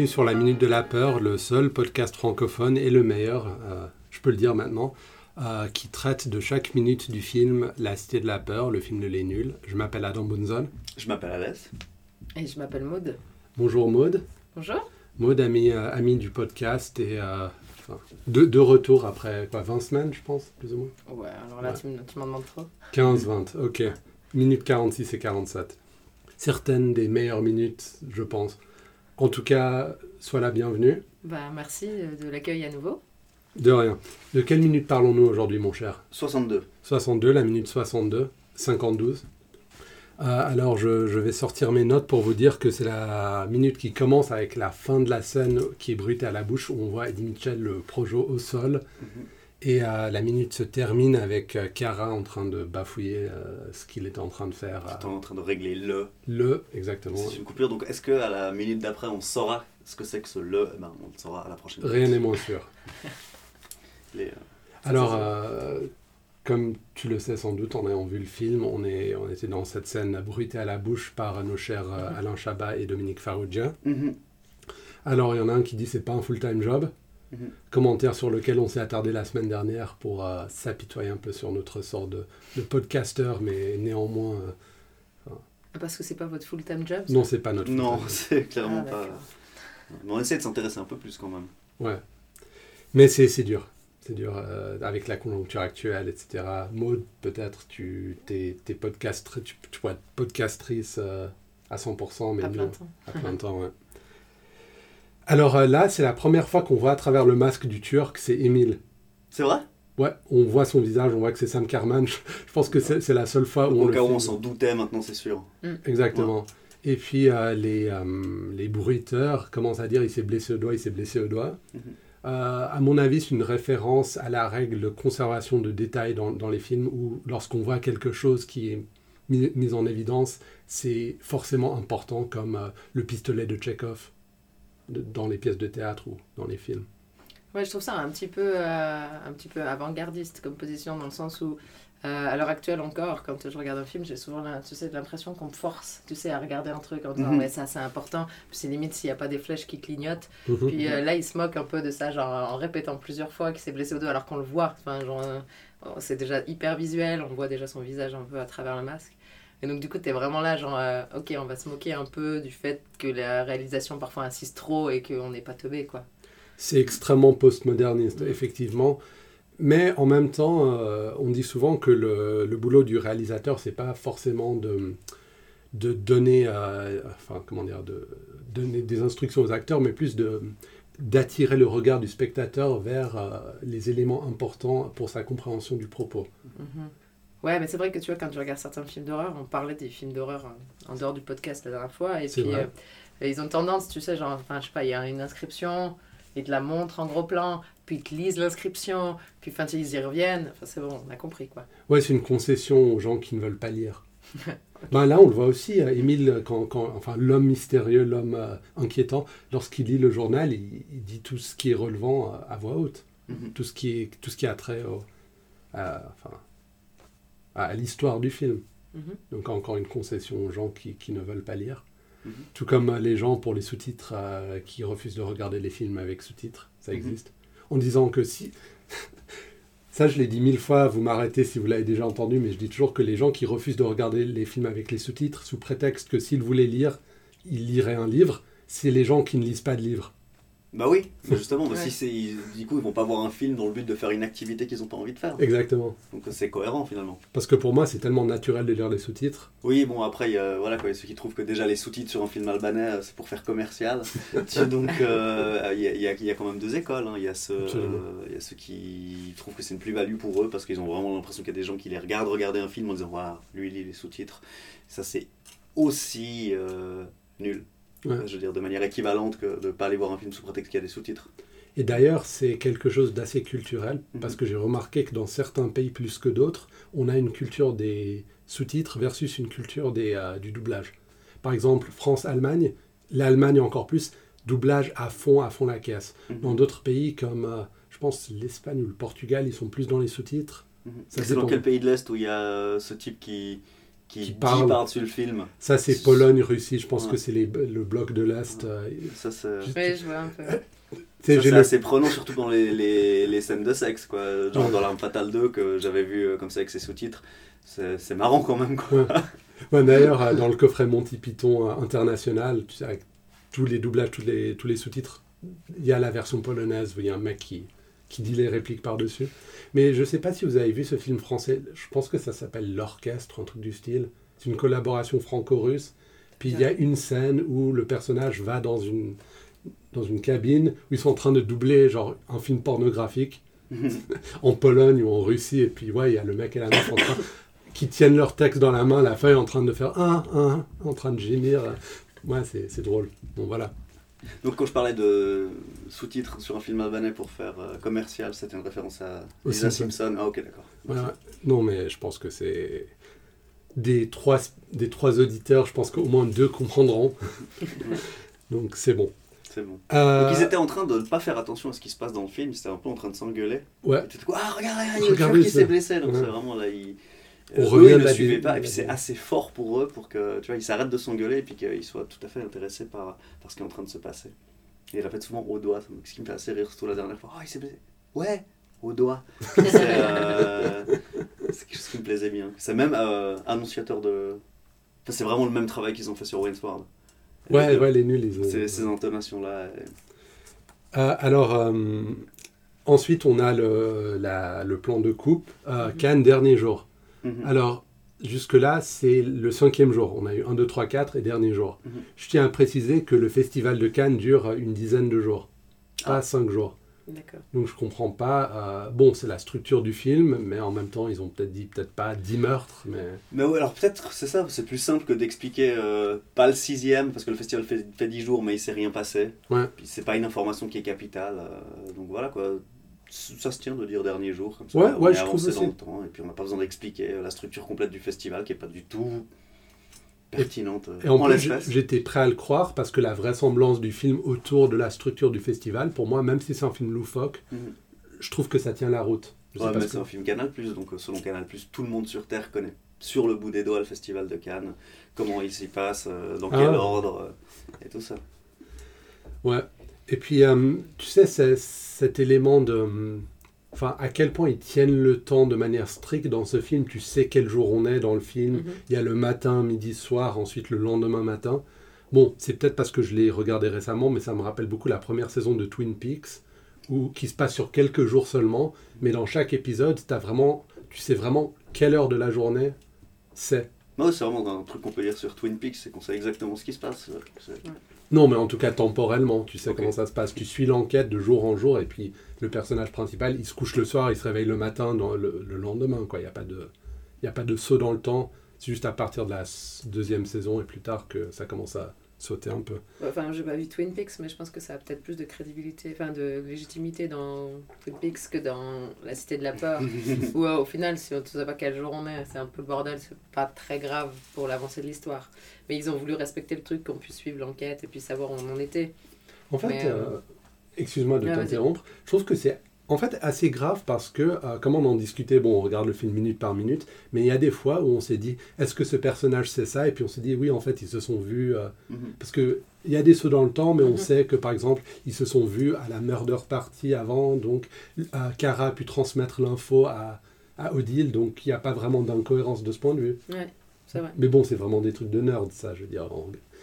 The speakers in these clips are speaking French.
Bienvenue sur la Minute de la Peur, le seul podcast francophone et le meilleur, je peux le dire maintenant, qui traite de chaque minute du film La Cité de la Peur, le film de Les Nuls. Je m'appelle Adam Bunzon. Je m'appelle Alès. Et je m'appelle Maud. Bonjour Maud. Bonjour. Maud, amie du podcast et de retour après 20 semaines, je pense, plus ou moins. Ouais, alors là, ouais. Tu m'en demandes trop. 15-20, ok. Minute 46 et 47. Certaines des meilleures minutes, je pense. En tout cas, sois la bienvenue. Merci de l'accueil à nouveau. De rien. De quelle minute parlons-nous aujourd'hui, mon cher ? 62. 62, la minute 62, 52. Alors, je vais sortir mes notes pour vous dire que c'est la minute qui commence avec la fin de la scène qui est bruitée à la bouche, où on voit Eddie Mitchell, le projo, au sol. Et la minute se termine avec Cara en train de bafouiller ce qu'il était en train de faire. Qui est en train de régler exactement. C'est une coupure, donc est-ce qu'à la minute d'après, on saura ce que c'est que ce le ? On le saura à la prochaine minute. Rien n'est moins sûr. Alors, comme tu le sais sans doute en ayant vu le film, on était dans cette scène bruitée à la bouche par nos chers Alain Chabat et Dominique Farrugia. Alors, il y en a un qui dit que ce n'est pas un full-time job. Commentaire sur lequel on s'est attardé la semaine dernière pour s'apitoyer un peu sur notre sort de podcasteur, mais néanmoins... Parce que c'est pas votre full-time job, ça ? Non, c'est pas notre full-time job. Non, c'est clairement pas... Mais on essaie de s'intéresser un peu plus quand même. Ouais, mais c'est dur. C'est dur avec la conjoncture actuelle, etc. Maud, peut-être, t'es tu pourrais être podcastrice à 100%, mais à plein temps. À plein temps, ouais. Alors là, c'est la première fois qu'on voit à travers le masque du Turc, c'est Émile. C'est vrai ? Ouais, on voit son visage, on voit que c'est Sam Karman. Je pense que c'est la seule fois où on le fait. Au cas où on s'en doutait, maintenant c'est sûr. Exactement. Ouais. Et puis les bruiteurs commencent à dire il s'est blessé au doigt. À mon avis, c'est une référence à la règle de conservation de détails dans les films où lorsqu'on voit quelque chose qui est mis en évidence, c'est forcément important, comme le pistolet de Tchekhov dans les pièces de théâtre ou dans les films. Ouais, je trouve ça un petit peu avant-gardiste comme position, dans le sens où, à l'heure actuelle encore, quand je regarde un film, j'ai souvent l'impression qu'on me force, à regarder un truc en disant ouais, ça c'est important, puis c'est limite s'il n'y a pas des flèches qui clignotent. Puis là, il se moque un peu de ça, genre en répétant plusieurs fois qu'il s'est blessé au dos alors qu'on le voit. Enfin, c'est déjà hyper visuel, on voit déjà son visage un peu à travers le masque. Et donc du coup, t'es vraiment là, genre, ok, on va se moquer un peu du fait que la réalisation parfois insiste trop et qu'on n'est pas teubé, quoi. C'est extrêmement postmoderniste, effectivement. Mais en même temps, on dit souvent que le boulot du réalisateur, c'est pas forcément de donner, donner des instructions aux acteurs, mais plus d'attirer le regard du spectateur vers les éléments importants pour sa compréhension du propos. Ouais, mais c'est vrai que tu vois, quand tu regardes certains films d'horreur, on parlait des films d'horreur en dehors du podcast la dernière fois, et puis ils ont tendance, tu sais, genre, je sais pas, il y a une inscription, ils te la montrent en gros plan, puis ils te lisent l'inscription, puis ils y reviennent, c'est bon, on a compris, quoi. Ouais, c'est une concession aux gens qui ne veulent pas lire. Okay. Là, on le voit aussi, Émile, l'homme mystérieux, l'homme inquiétant, lorsqu'il lit le journal, il dit tout ce qui est relevant à voix haute, tout ce qui a trait à l'histoire du film. Donc encore une concession aux gens qui ne veulent pas lire. Tout comme les gens pour les sous-titres qui refusent de regarder les films avec sous-titres, ça existe. En disant que si... Ça, je l'ai dit 1000 fois, vous m'arrêtez si vous l'avez déjà entendu, mais je dis toujours que les gens qui refusent de regarder les films avec les sous-titres, sous prétexte que s'ils voulaient lire, ils liraient un livre, c'est les gens qui ne lisent pas de livres. Bah oui, justement, du coup ils vont pas voir un film dans le but de faire une activité qu'ils n'ont pas envie de faire. Exactement. Donc c'est cohérent finalement. Parce que pour moi c'est tellement naturel de lire les sous-titres. Oui, bon après il y a ceux qui trouvent que déjà les sous-titres sur un film albanais c'est pour faire commercial. Donc il y a quand même deux écoles. Il y a ceux qui trouvent que c'est une plus-value pour eux parce qu'ils ont vraiment l'impression qu'il y a des gens qui les regardent regarder un film en disant voilà, lui il lit les sous-titres. Ça c'est aussi nul. Ouais. Je veux dire, de manière équivalente que de ne pas aller voir un film sous prétexte qu'il y a des sous-titres. Et d'ailleurs, c'est quelque chose d'assez culturel, parce que j'ai remarqué que dans certains pays plus que d'autres, on a une culture des sous-titres versus une culture du doublage. Par exemple, France-Allemagne, l'Allemagne encore plus, doublage à fond la caisse. Dans d'autres pays comme, je pense, l'Espagne ou le Portugal, ils sont plus dans les sous-titres. C'est dans quel pays de l'Est où il y a ce type qui qui dit par-dessus le film. Ça, c'est Pologne, Russie. Je pense que c'est le bloc de l'Est. Ça, c'est... Oui, je vois un peu. C'est assez prenant, surtout dans les scènes de sexe, quoi. Genre dans L'Arme Fatale 2, que j'avais vu comme ça avec ses sous-titres. C'est marrant quand même, quoi. Ouais, d'ailleurs, dans le coffret Monty Python international, tu sais, avec tous les doublages, tous les sous-titres, il y a la version polonaise où il y a un mec qui dit les répliques par-dessus. Mais je ne sais pas si vous avez vu ce film français, je pense que ça s'appelle L'Orchestre, un truc du style. C'est une collaboration franco-russe. Puis il y a une scène où le personnage va dans une cabine où ils sont en train de doubler genre un film pornographique en Pologne ou en Russie. Et puis il y a le mec et la meuf qui tiennent leur texte dans la main, la feuille en train de faire en train de gémir. Ouais, c'est drôle. Bon, voilà. Donc quand je parlais de sous-titres sur un film albanais pour faire commercial, c'était une référence à Lisa Simpson. Ah ok, d'accord. Voilà. Non, mais je pense que c'est... Des trois auditeurs, je pense qu'au moins 2 comprendront. Donc c'est bon. C'est bon. Donc ils étaient en train de ne pas faire attention à ce qui se passe dans le film, ils étaient un peu en train de s'engueuler. Ouais. Ils étaient quoi, regardez, qui s'est blessé. Donc c'est vraiment là, ils ne suivaient pas, et puis c'est assez fort pour eux pour que tu vois, ils s'arrêtent de s'engueuler et puis qu'ils soient tout à fait intéressés par ce qui est en train de se passer. Et ils répètent souvent au doigt, ce qui me fait assez rire, surtout la dernière fois. Il s'est blessé. Ouais, au doigt. C'est quelque chose qui me plaisait bien. C'est même annonciateur de. Enfin, c'est vraiment le même travail qu'ils ont fait sur Wayne's World. Ouais, les nuls, ils ont. Ces intonations-là. Alors. Ensuite, on a le plan de coupe. Cannes, dernier jour. Alors, jusque-là, c'est le 5e jour. On a eu 1, 2, 3, 4 et dernier jour. Je tiens à préciser que le festival de Cannes dure une dizaine de jours, pas 5 jours. D'accord. Donc, je ne comprends pas. C'est la structure du film, mais en même temps, ils ont peut-être pas 10 meurtres. Mais ouais, alors peut-être, c'est ça, c'est plus simple que d'expliquer pas le 6e, parce que le festival fait 10 jours, mais il ne s'est rien passé. Ouais. Puis c'est pas une information qui est capitale. Donc voilà, quoi. Ça se tient de dire dernier jour, comme ça on est je avancé dans le temps, et puis on n'a pas besoin d'expliquer la structure complète du festival qui n'est pas du tout pertinente. Et en plus, j'étais prêt à le croire parce que la vraisemblance du film autour de la structure du festival, pour moi, même si c'est un film loufoque, je trouve que ça tient la route. Mais c'est un film Canal+, donc selon Canal+, tout le monde sur Terre connaît sur le bout des doigts le festival de Cannes, comment il s'y passe, dans quel ordre, et tout ça. Ouais. Et puis, tu sais, cet élément de... Enfin, à quel point ils tiennent le temps de manière stricte dans ce film. Tu sais quel jour on est dans le film. Il y a le matin, midi, soir, ensuite le lendemain matin. Bon, c'est peut-être parce que je l'ai regardé récemment, mais ça me rappelle beaucoup la première saison de Twin Peaks, qui se passe sur quelques jours seulement. Mais dans chaque épisode, tu sais vraiment quelle heure de la journée c'est. Non, c'est vraiment un truc qu'on peut lire sur Twin Peaks, c'est qu'on sait exactement ce qui se passe. Non, mais en tout cas, temporellement, tu sais comment ça se passe. Tu suis l'enquête de jour en jour, et puis le personnage principal, il se couche le soir, il se réveille le matin, le lendemain, quoi. Il n'y a pas de saut dans le temps. C'est juste à partir de la 2e saison et plus tard que ça commence à sauter un peu. Enfin, j'ai pas vu Twin Peaks, mais je pense que ça a peut-être plus de crédibilité, enfin de légitimité dans Twin Peaks que dans La Cité de la Peur. Où au final, si on ne sait pas quel jour on est, c'est un peu le bordel, c'est pas très grave pour l'avancée de l'histoire. Mais ils ont voulu respecter le truc, qu'on puisse suivre l'enquête et puis savoir où on en était. En fait, excuse-moi de t'interrompre, je trouve que c'est en fait assez grave parce que, comme on en discutait, on regarde le film minute par minute, mais il y a des fois où on s'est dit, est-ce que ce personnage c'est ça? Et puis on s'est dit, oui, en fait, ils se sont vus, parce qu'il y a des sauts dans le temps, mais on sait que, par exemple, ils se sont vus à la murder party avant, donc Kara a pu transmettre l'info à Odile, donc il n'y a pas vraiment d'incohérence de ce point de vue. Ouais, c'est vrai. Mais bon, c'est vraiment des trucs de nerd, ça, je veux dire.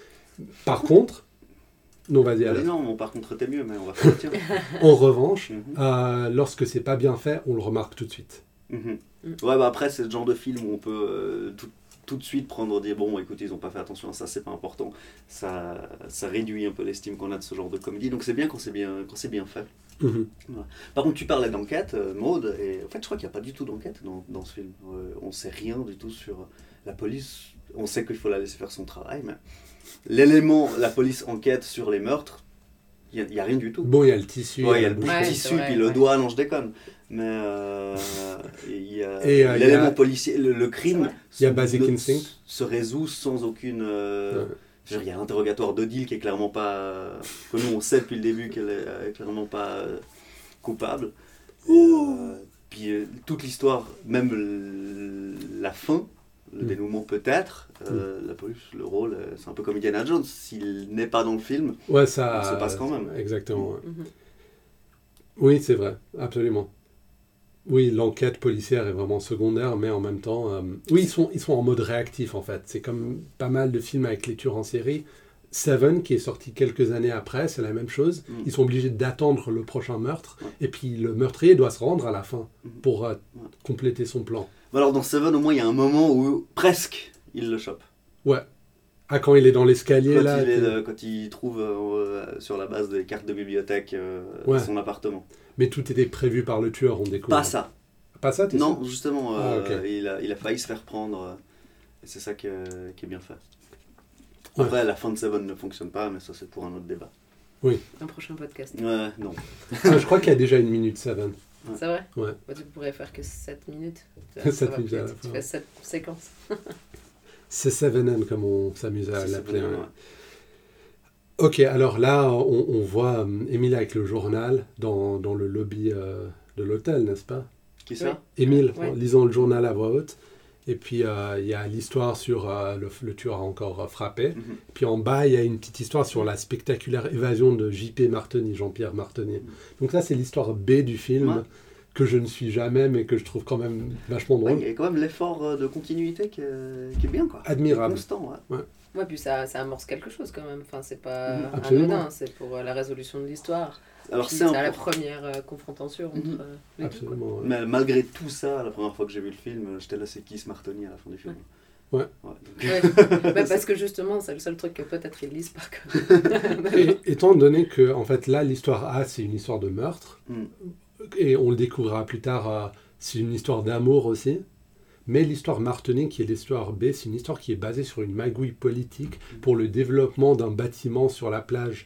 Par contre... Non, vas-y, alors. Non, par contre, t'es mieux, mais on va faire le tien. En revanche, lorsque c'est pas bien fait, on le remarque tout de suite. Ouais, après, c'est le genre de film où on peut tout de suite dire bon, écoute, ils ont pas fait attention à ça, c'est pas important. Ça réduit un peu l'estime qu'on a de ce genre de comédie, donc c'est bien quand c'est bien fait. Voilà. Par contre, tu parlais d'enquête, Maud, et en fait, je crois qu'il n'y a pas du tout d'enquête dans ce film. On sait rien du tout sur la police. On sait qu'il faut la laisser faire son travail, mais la police enquête sur les meurtres, il n'y a rien du tout. Bon, il y a le tissu. Ouais, il y a le tissu, puis le doigt, non, je déconne. Mais il y a l'élément policier, le crime se résout sans aucune... il y a l'interrogatoire d'Odile qui est clairement pas... que nous, on sait depuis le début qu'elle est clairement pas coupable. Puis toute l'histoire, même la fin, Le dénouement peut-être, la police, le rôle, c'est un peu comme Indiana Jones. S'il n'est pas dans le film, ça se passe quand même. Exactement. Oui, c'est vrai, absolument. Oui, l'enquête policière est vraiment secondaire, mais en même temps... oui, ils sont en mode réactif, en fait. C'est comme pas mal de films avec les tueurs en série. Seven, qui est sorti quelques années après, c'est la même chose. Ils sont obligés d'attendre le prochain meurtre, et puis le meurtrier doit se rendre à la fin pour compléter son plan. Alors dans Seven, au moins, il y a un moment où presque il le chope. Ouais. Ah, quand il est dans l'escalier, quand il trouve sur la base des cartes de bibliothèque son appartement. Mais tout était prévu par le tueur, on découvre. Pas ça. Pas ça, t'es sûr ? Non, justement, il a failli se faire prendre. Et c'est ça qui est bien fait. Après, la fin de Seven ne fonctionne pas, mais ça, c'est pour un autre débat. Oui. Un prochain podcast. Non. Je crois qu'il y a déjà 1 minute Seven. C'est vrai ? Ouais. Tu pourrais faire que 7 minutes. 7 minutes à la fin. Tu fais 7 séquences. C'est 7M comme on s'amuse à l'appeler. Ok, alors là, on voit Émile avec le journal dans le lobby de l'hôtel, n'est-ce pas ? Qui ça ? Émile, lisant le journal à voix haute. Et puis, il y a l'histoire sur le tueur encore frappé. Puis en bas, il y a une petite histoire sur la spectaculaire évasion de J.P. Martoni, Jean-Pierre Martoni. Donc ça, c'est l'histoire B du film, que je ne suis jamais, mais que je trouve quand même vachement drôle. Il y a quand même l'effort de continuité qui est bien, quoi. Admirable. Constant, Ouais, puis ça amorce quelque chose quand même. Enfin, c'est pas Absolument. anodin, c'est pour la résolution de l'histoire. Alors c'est la première confrontation entre les Absolument, deux. Mais malgré tout ça, la première fois que j'ai vu le film, j'étais là, c'est qui ce Martoni à la fin du film. Ouais. Parce que justement, c'est le seul truc que peut-être ils lisent par cœur. Étant donné que, en fait, là, l'histoire A, c'est une histoire de meurtre, et on le découvrira plus tard, c'est une histoire d'amour aussi. Mais l'histoire Martoni, qui est l'histoire B, c'est une histoire qui est basée sur une magouille politique pour le développement d'un bâtiment sur la plage.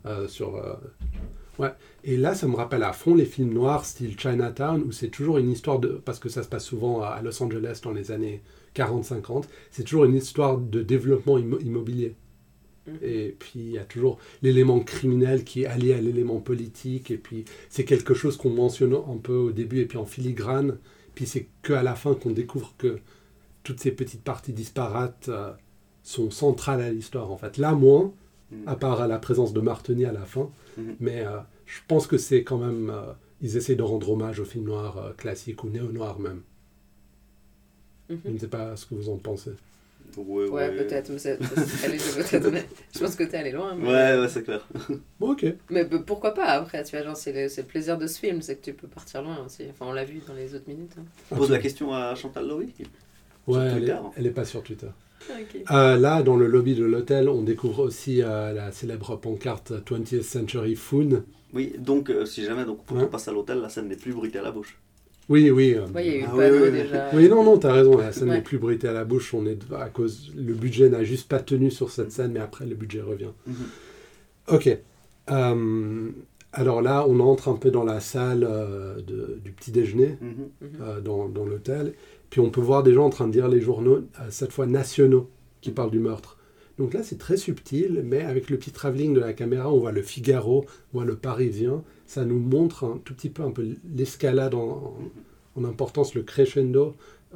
Et là, ça me rappelle à fond les films noirs style Chinatown, où c'est toujours une histoire de... Parce que ça se passe souvent à Los Angeles dans les années 40-50. C'est toujours une histoire de développement immobilier. Et puis, il y a toujours l'élément criminel qui est allié à l'élément politique. Et puis, c'est quelque chose qu'on mentionne un peu au début et puis en filigrane. Puis c'est qu'à la fin qu'on découvre que toutes ces petites parties disparates sont centrales à l'histoire, en fait. Là, moins, à part à la présence de Martoni à la fin. Mais je pense que c'est quand même... ils essaient de rendre hommage au film noir classique ou néo-noir même. Je ne sais pas ce que vous en pensez. Ouais, peut-être, mais je pense que t'es allé loin. Mais... Ouais, c'est clair. Bon, ok. Mais pourquoi pas après, tu vois, genre, c'est le plaisir de ce film, c'est que tu peux partir loin aussi. Enfin, on l'a vu dans les autres minutes. Pose la question à Chantal Lowy. Ouais, elle est pas sur Twitter. Okay. Là, dans le lobby de l'hôtel, on découvre aussi la célèbre pancarte 20th Century Food. Oui, donc, si jamais quand on passe à l'hôtel, la scène n'est plus bruitée à la bouche. Oui. Il y a eu le panneau déjà. Oui, non, t'as raison, la scène n'est plus bruitée à la bouche, à cause... Le budget n'a juste pas tenu sur cette scène, mais après, le budget revient. Ok. Alors là, on entre un peu dans la salle du petit-déjeuner, dans l'hôtel, puis on peut voir des gens en train de lire les journaux, cette fois nationaux, qui parlent du meurtre. Donc là, c'est très subtil, mais avec le petit travelling de la caméra, on voit le Figaro, on voit le Parisien. Ça nous montre un tout petit peu l'escalade en importance, le crescendo,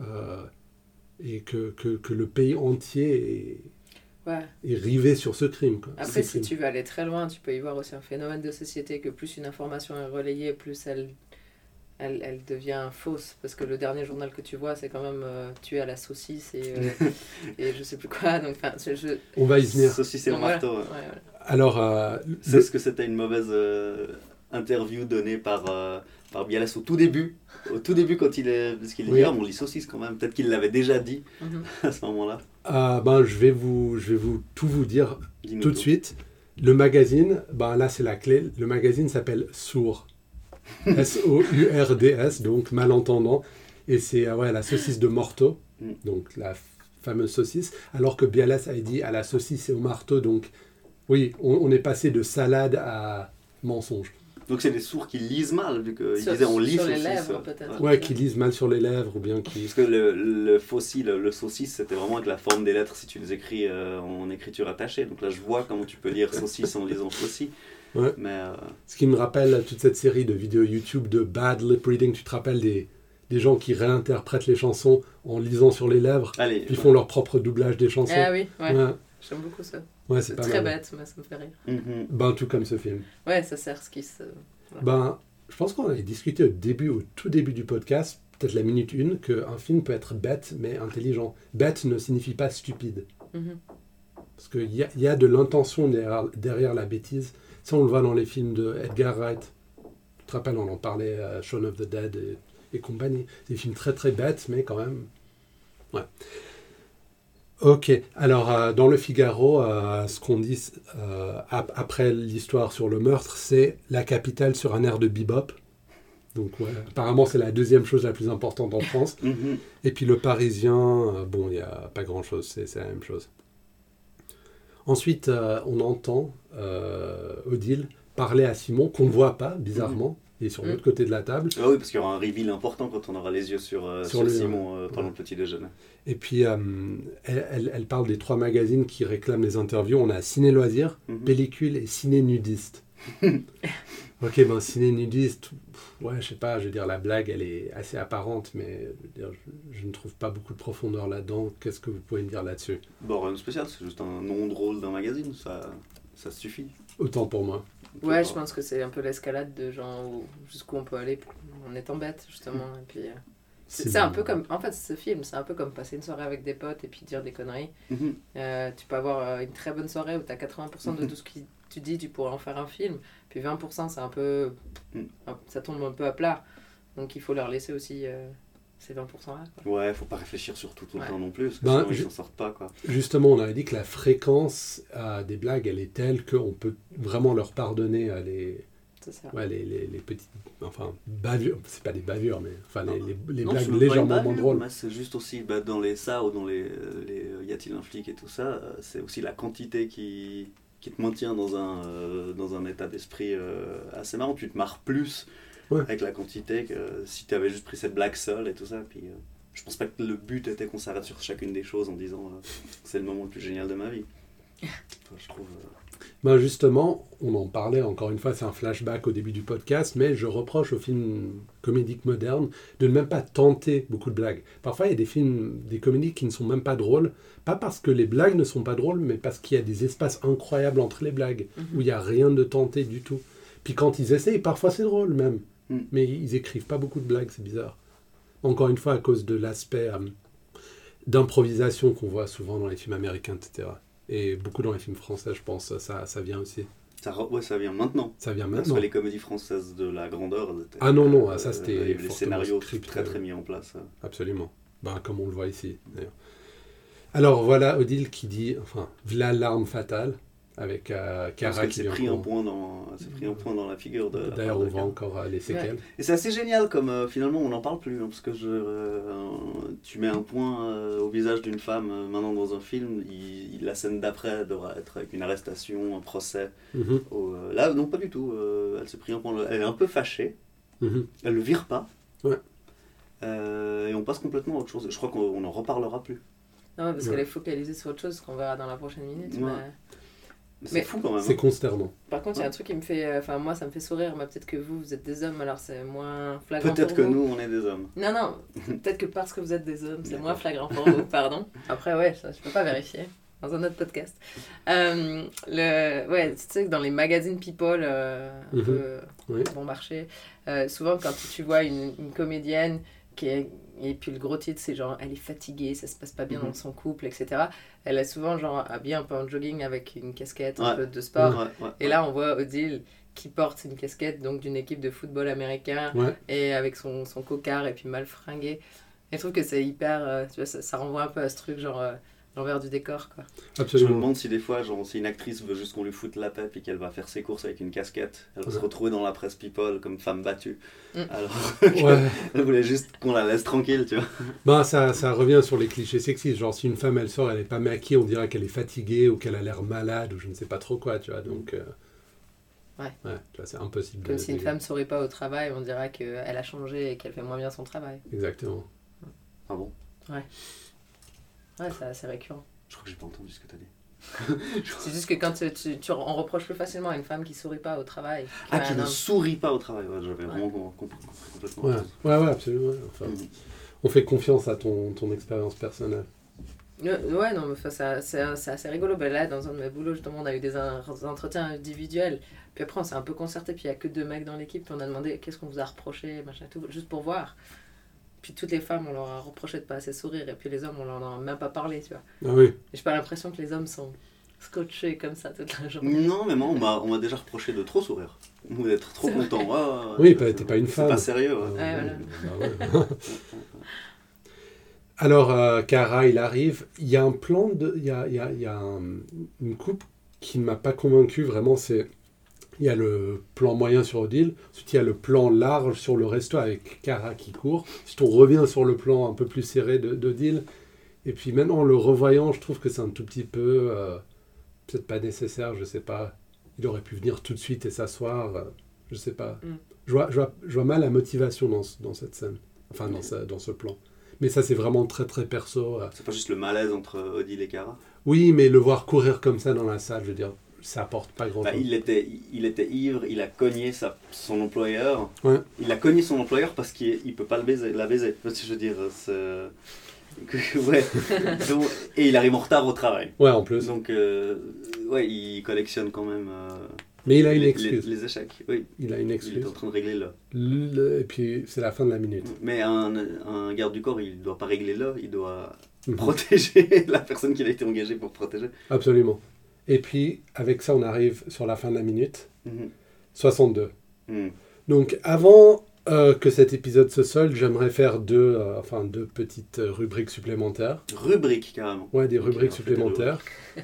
et que le pays entier est rivé sur ce crime. Quoi. Après, si tu veux aller très loin, tu peux y voir aussi un phénomène de société que plus une information est relayée, plus elle devient fausse, parce que le dernier journal que tu vois, c'est quand même tué à la saucisse et je sais plus quoi. Donc, on va y venir. Saucisse et le marteau. Ouais. Alors, c'est ce que c'était une mauvaise interview donnée par Bialas au tout début quand il est... Parce qu'il dit, on lit saucisse quand même. Peut-être qu'il l'avait déjà dit à ce moment-là. Je vais tout vous dire tout de suite. Le magazine, là c'est la clé. Le magazine s'appelle Sourd. S-O-U-R-D-S, donc malentendant. Et c'est la saucisse de Morteau, donc la fameuse saucisse. Alors que Bialas a dit à la saucisse et au marteau. Donc oui, on est passé de salade à mensonge. Donc c'est des sourds qui lisent mal, vu qu'ils disaient on lit sur saucisse. Les lèvres, peut-être. Ouais, qui lisent mal sur les lèvres, ou bien qui... Parce que le faucille, le saucisse, c'était vraiment avec la forme des lettres si tu les écris en écriture attachée. Donc là, je vois comment tu peux lire saucisse en lisant faucille. Ouais. Mais Ce qui me rappelle toute cette série de vidéos YouTube de bad lip reading. Tu te rappelles des des gens qui réinterprètent les chansons en lisant sur les lèvres, Allez, puis font leur propre doublage des chansons. Ah oui, ouais. Ouais. J'aime beaucoup ça. Ouais, C'est pas très mal. bête, mais ça me fait rire. Mhm. Tout comme ce film. Ouais, ça sert ce qui se... Voilà. Je pense qu'on avait discuté au tout début du podcast, peut-être la minute 1, qu'un film peut être bête mais intelligent. Bête ne signifie pas stupide. Mhm. Parce qu'il y a de l'intention derrière la bêtise. Ça, on le voit dans les films de Edgar Wright. Tu te rappelles, on en parlait, Shaun of the Dead et compagnie. C'est des films très très bêtes, mais quand même... Ouais. Ok, alors dans le Figaro, ce qu'on dit après l'histoire sur le meurtre, c'est la capitale sur un air de bebop. Donc ouais, apparemment c'est la deuxième chose la plus importante en France. Mhm. Et puis le Parisien, il n'y a pas grand-chose, c'est la même chose. Ensuite, on entend Odile parler à Simon, qu'on ne voit pas, bizarrement. Il est sur l'autre côté de la table. Ah oui, parce qu'il y aura un reveal important quand on aura les yeux sur lui, Simon pendant le petit déjeuner. Et puis, elle parle des 3 magazines qui réclament les interviews. On a Ciné Loisirs, Pellicule et Ciné Nudiste. Ok, Ciné Nudiste, ouais, je sais pas, je veux dire, la blague, elle est assez apparente, mais je ne trouve pas beaucoup de profondeur là-dedans. Qu'est-ce que vous pouvez me dire là-dessus? Bon, rien de spécial, c'est juste un nom drôle d'un magazine, ça suffit. Autant pour moi. Ouais, je pense que c'est un peu l'escalade de genre jusqu'où on peut aller en étant bête, justement. Et puis, c'est un peu comme... En fait, ce film, c'est un peu comme passer une soirée avec des potes et puis dire des conneries. Tu peux avoir une très bonne soirée où tu as 80% de tout ce que tu dis, tu pourrais en faire un film. Puis 20%, c'est un peu... Ça tombe un peu à plat. Donc il faut leur laisser aussi ces 20%-là. Quoi. Ouais, faut pas réfléchir sur tout le temps non plus, parce que sinon ils s'en sortent pas. Quoi. Justement, on avait dit que la fréquence des blagues, elle est telle qu'on peut vraiment leur pardonner les petites... Enfin, bavures, c'est pas des bavures, mais enfin les non, blagues légèrement drôles. C'est juste aussi, dans les ça ou dans les Y a-t-il un flic et tout ça, c'est aussi la quantité qui te maintient dans un état d'esprit assez marrant. Tu te marres plus avec la quantité que si tu avais juste pris cette blague seule et tout ça. Puis, je pense pas que le but était qu'on s'arrête sur chacune des choses en disant c'est le moment le plus génial de ma vie. Enfin, je trouve... Justement, on en parlait encore une fois, c'est un flashback au début du podcast, mais je reproche aux films comédiques modernes de ne même pas tenter beaucoup de blagues. Parfois, il y a des comédies qui ne sont même pas drôles, pas parce que les blagues ne sont pas drôles, mais parce qu'il y a des espaces incroyables entre les blagues, où il n'y a rien de tenté du tout. Puis quand ils essayent, parfois c'est drôle même, mais ils écrivent pas beaucoup de blagues, c'est bizarre. Encore une fois, à cause de l'aspect d'improvisation qu'on voit souvent dans les films américains, etc. Et beaucoup dans les films français, je pense, ça vient aussi. Ça vient maintenant. Ça vient maintenant. Parce que les comédies françaises de la grandeur... Ah non, ça c'était... les scénarios très très mis en place. Absolument. Comme on le voit ici, d'ailleurs. Alors voilà Odile qui dit, v'là l'arme fatale, avec Cara qui... s'est pris un point dans la figure de... D'ailleurs, on voit encore les séquelles. Ouais. Et c'est assez génial, comme finalement on n'en parle plus, parce que tu mets un point au visage d'une femme maintenant dans un film, la scène d'après devra être avec une arrestation, un procès. Là, non, pas du tout. Elle s'est pris un point, elle est un peu fâchée, elle le vire pas, et on passe complètement à autre chose. Je crois qu'on n'en reparlera plus. Non, parce qu'elle est focalisée sur autre chose, ce qu'on verra dans la prochaine minute. Ouais. Mais c'est fou quand même. C'est consternant. Par contre, il y a un truc qui me fait... moi, ça me fait sourire. Mais peut-être que vous êtes des hommes, alors c'est moins flagrant peut-être pour que vous. nous, on est des hommes. Non. Peut-être que parce que vous êtes des hommes, c'est moins flagrant pour vous, pardon. Après, je peux pas vérifier. Dans un autre podcast. Tu sais que dans les magazines People, un peu bon marché, souvent quand tu vois une comédienne et puis le gros titre c'est genre elle est fatiguée, ça se passe pas bien dans son couple, etc. Elle est souvent genre habillée un peu en jogging avec une casquette un peu de sport. Et là on voit Odile qui porte une casquette donc d'une équipe de football américain et avec son cocard et puis mal fringué. Et je trouve que c'est hyper, tu vois, ça renvoie un peu à ce truc genre l'envers du décor, quoi. Absolument. Je me demande si des fois, si une actrice veut juste qu'on lui foute la paix puis qu'elle va faire ses courses avec une casquette, elle va se retrouver dans la presse People comme femme battue. Alors elle voulait juste qu'on la laisse tranquille, tu vois. Ça revient sur les clichés sexistes. Genre, si une femme, elle sort, elle n'est pas maquillée, on dirait qu'elle est fatiguée ou qu'elle a l'air malade ou je ne sais pas trop quoi, tu vois. Donc, tu vois, c'est impossible. Comme si une femme ne sourit pas au travail, on dirait qu'elle a changé et qu'elle fait moins bien son travail. Exactement. Ah bon ? Ouais, c'est assez récurrent. Je crois que j'ai pas entendu ce que tu as dit. C'est juste que quand on reproche plus facilement à une femme qui sourit pas au travail. Qui ne sourit pas au travail. Ouais, j'avais vraiment compris complètement. Ouais, absolument. Enfin, on fait confiance à ton expérience personnelle. Ouais, non, mais c'est assez rigolo. Ben là, dans un de mes boulots, justement, on a eu des entretiens individuels. Puis après, on s'est un peu concerté. Puis il n'y a que 2 mecs dans l'équipe. Puis on a demandé qu'est-ce qu'on vous a reproché, machin, tout, juste pour voir. Puis toutes les femmes, on leur a reproché de pas assez sourire. Et puis les hommes, on leur en a même pas parlé, tu vois. Ah oui. Et j'ai pas l'impression que les hommes sont scotchés comme ça toute la journée. Non, mais moi, on m'a déjà reproché de trop sourire. Ou d'être trop content. Oui, t'es pas une femme. C'est pas sérieux. Voilà. Alors, Cara, il arrive. Il y a un plan il y a une coupe qui ne m'a pas convaincu vraiment. Il y a le plan moyen sur Odile. Ensuite, il y a le plan large sur le resto avec Cara qui court. Ensuite, on revient sur le plan un peu plus serré d'Odile. Et puis maintenant, en le revoyant, je trouve que c'est un tout petit peu... peut-être pas nécessaire, je sais pas. Il aurait pu venir tout de suite et s'asseoir. Je sais pas. Je vois mal la motivation dans cette scène. Enfin, dans ce plan. Mais ça, c'est vraiment très, très perso. C'est pas juste le malaise entre Odile et Cara. Oui, mais le voir courir comme ça dans la salle, je veux dire, ça apporte pas grand-chose. Il était ivre, il a cogné son employeur. Ouais. Il a cogné son employeur parce qu'il peut pas la baiser. Je veux dire, ouais. Donc, et il arrive en retard au travail. Ouais, en plus. Donc, il collectionne quand même... mais il a une excuse. Les échecs, oui. Il a une excuse. Il est en train de régler là. Et puis, c'est la fin de la minute. Mais un garde du corps, il doit pas régler là, il doit protéger la personne qu'il a été engagé pour protéger. Absolument. Et puis, avec ça, on arrive sur la fin de la minute. 62. Donc, avant que cet épisode se solde, j'aimerais faire deux petites rubriques supplémentaires. Rubriques, carrément. Ouais, des rubriques supplémentaires.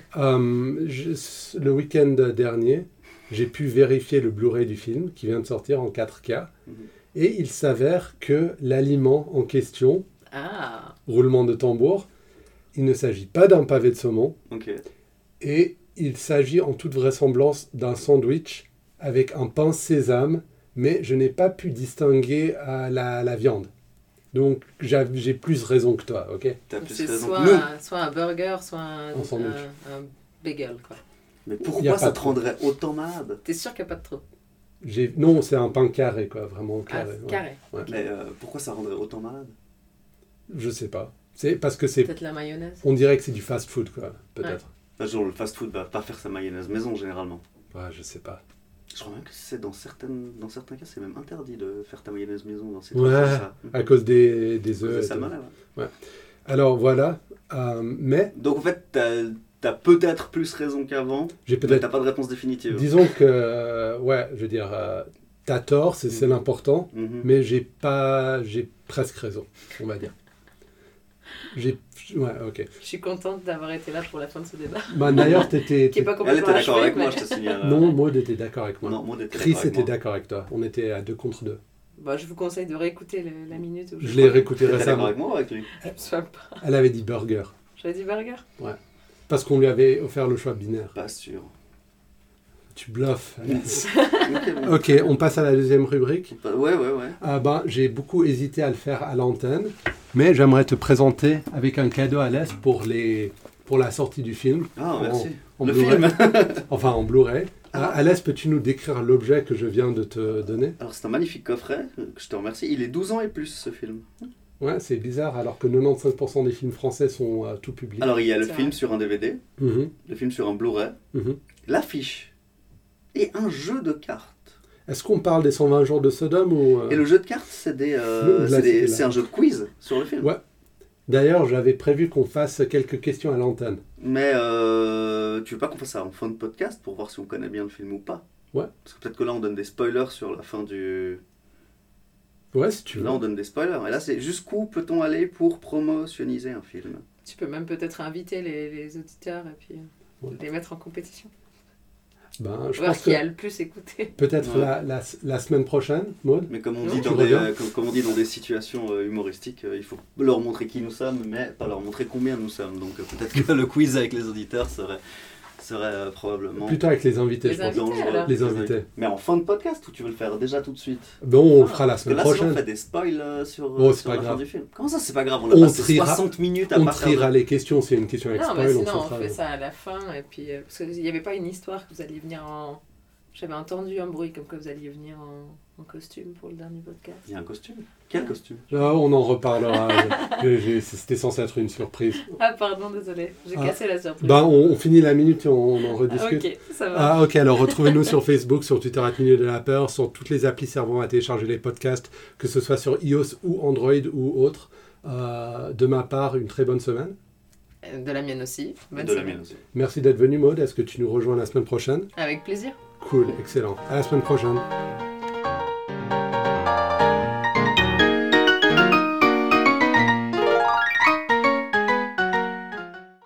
Le week-end dernier, j'ai pu vérifier le Blu-ray du film qui vient de sortir en 4K. Et il s'avère que l'aliment en question, roulement de tambour, il ne s'agit pas d'un pavé de saumon. Et il s'agit en toute vraisemblance d'un sandwich avec un pain sésame, mais je n'ai pas pu distinguer la viande. Donc j'ai plus raison que toi, ok ? C'est soit un burger, soit un bagel, quoi. Mais pourquoi ça te rendrait autant malade ? T'es sûr qu'il n'y a pas de trop ? Non, c'est un pain carré, quoi, vraiment carré. Carré. Ouais. Mais pourquoi ça rendrait autant malade ? Je sais pas. C'est parce que c'est... Peut-être la mayonnaise. On dirait que c'est du fast-food, quoi, peut-être. Ouais. Genre, le fast-food va pas faire sa mayonnaise maison, généralement. Ouais, je sais pas. Je crois même que c'est dans certains cas, c'est même interdit de faire ta mayonnaise maison dans ces trucs comme ça. À cause des œufs. Des salmonelles, ouais. Alors, voilà. Mais... Donc, en fait, t'as peut-être plus raison qu'avant, mais t'as pas de réponse définitive. Disons que, je veux dire, t'as tort, c'est l'important, mais j'ai presque raison, on va dire. Ouais, ok. Je suis contente d'avoir été là pour la fin de ce débat. D'ailleurs, t'étais... Qui est pas Elle était complètement d'accord avec moi, je te signale. Non, Maud était d'accord avec moi. Non, Maud était Chris était d'accord avec toi. On était à 2 contre 2. Je vous conseille de réécouter la minute. Je l'ai réécouté récemment. Elle était d'accord avec moi ou avec lui ? Elle avait dit burger. J'avais dit burger ? Ouais. Parce qu'on lui avait offert le choix binaire. Pas sûr. Tu bluffes. Ok, on passe à la deuxième rubrique. Ouais. J'ai beaucoup hésité à le faire à l'antenne, mais j'aimerais te présenter avec un cadeau à l'Est pour la sortie du film. Ah, merci. Le film enfin, en Blu-ray. Alès, peux-tu nous décrire l'objet que je viens de te donner ? Alors, c'est un magnifique coffret, que je te remercie. Il est 12 ans et plus, ce film. Ouais, c'est bizarre, alors que 95% des films français sont tout publiés. Alors, il y a le film sur un DVD, le film sur un Blu-ray, l'affiche et un jeu de cartes. Est-ce qu'on parle des 120 jours de Sodome ou... Et le jeu de cartes, c'est un jeu de quiz sur le film. Ouais. D'ailleurs, j'avais prévu qu'on fasse quelques questions à l'antenne. Mais tu veux pas qu'on fasse ça en fin de podcast pour voir si on connaît bien le film ou pas ? Ouais. Parce que peut-être que là, on donne des spoilers sur la fin du... Ouais, si tu veux. Là, on donne des spoilers. Et là, c'est jusqu'où peut-on aller pour promotioniser un film ? Tu peux même peut-être inviter les auditeurs et puis les mettre en compétition. Je voir pense qui a le plus écouté. Peut-être la semaine prochaine, Maud. Mais comme on dit comme on dit dans des situations humoristiques, il faut leur montrer qui nous sommes, mais pas leur montrer combien nous sommes. Donc peut-être que le quiz avec les auditeurs serait serait probablement... Plutôt avec les invités, Les je pense. invités, alors. Les invités. Mais en fin de podcast, ou tu veux le faire déjà tout de suite? Bon, on le fera la Parce que semaine là, sinon, prochaine. on fait des spoils sur, Oh, c'est sur pas la fin grave. du film. Comment ça, c'est pas grave? On a On passé triera- 60 minutes à On pas faire triera de- les questions, s'il y a une question avec Non, spoil, mais on sinon, s'en on fera. fait ça à la fin. Et puis, parce qu'il n'y avait pas une histoire que vous alliez venir en... J'avais entendu un bruit comme que vous alliez venir en costume pour le dernier podcast. Il y a un costume? Quel costume? Ah, on en reparlera. C'était censé être une surprise. Ah, pardon, désolé. J'ai cassé la surprise. Ben, on finit la minute et on en rediscute. Ok, ça va. Ah, ok, alors retrouvez-nous sur Facebook, sur Twitter, @Milieu de la Peur, sur toutes les applis servant à télécharger les podcasts, que ce soit sur iOS ou Android ou autre. De ma part, une très bonne semaine. De la mienne aussi. Bonne De la semaine. mienne aussi. Merci d'être venu, Maud. Est-ce que tu nous rejoins la semaine prochaine? Avec plaisir. Cool, excellent. À la semaine prochaine.